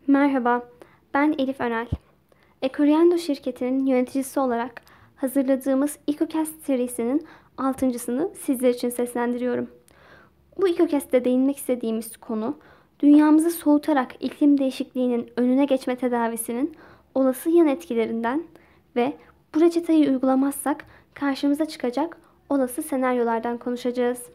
Merhaba, ben Elif Önal. Ecoriendo şirketinin yöneticisi olarak hazırladığımız EcoCast serisinin altıncısını sizler için seslendiriyorum. Bu EcoCast'te değinmek istediğimiz konu, dünyamızı soğutarak iklim değişikliğinin önüne geçme tedavisinin olası yan etkilerinden ve bu reçeteyi uygulamazsak karşımıza çıkacak olası senaryolardan konuşacağız.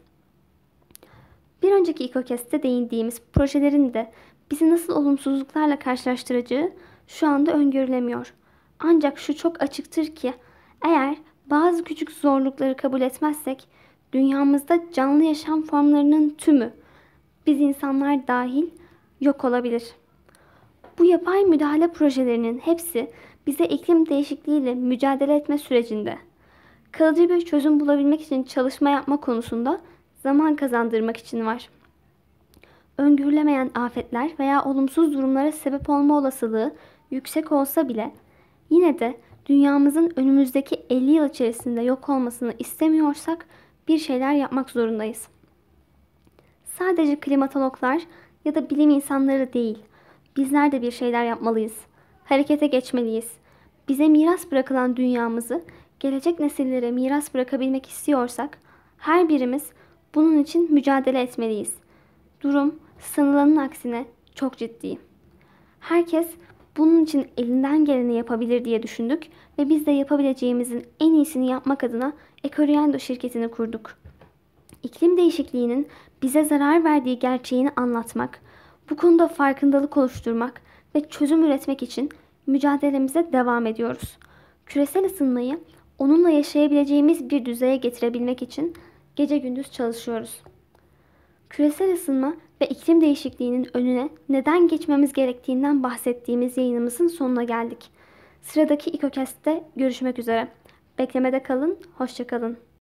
Bir önceki EcoCast'te değindiğimiz projelerin de bizi nasıl olumsuzluklarla karşılaştıracağı şu anda öngörülemiyor. Ancak şu çok açıktır ki eğer bazı küçük zorlukları kabul etmezsek dünyamızda canlı yaşam formlarının tümü, biz insanlar dahil, yok olabilir. Bu yapay müdahale projelerinin hepsi bize iklim değişikliğiyle mücadele etme sürecinde kalıcı bir çözüm bulabilmek için çalışma yapma konusunda zaman kazandırmak için var. Öngörülemeyen afetler veya olumsuz durumlara sebep olma olasılığı yüksek olsa bile yine de dünyamızın önümüzdeki 50 yıl içerisinde yok olmasını istemiyorsak bir şeyler yapmak zorundayız. Sadece klimatologlar ya da bilim insanları değil, bizler de bir şeyler yapmalıyız. Harekete geçmeliyiz. Bize miras bırakılan dünyamızı gelecek nesillere miras bırakabilmek istiyorsak her birimiz bunun için mücadele etmeliyiz. Durum sanılanın aksine çok ciddi. Herkes bunun için elinden geleni yapabilir diye düşündük ve biz de yapabileceğimizin en iyisini yapmak adına Ecoriendo şirketini kurduk. İklim değişikliğinin bize zarar verdiği gerçeğini anlatmak, bu konuda farkındalık oluşturmak ve çözüm üretmek için mücadelemize devam ediyoruz. Küresel ısınmayı onunla yaşayabileceğimiz bir düzeye getirebilmek için gece gündüz çalışıyoruz. Küresel ısınma ve iklim değişikliğinin önüne neden geçmemiz gerektiğinden bahsettiğimiz yayınımızın sonuna geldik. Sıradaki EcoCast'te görüşmek üzere. Beklemede kalın, hoşça kalın.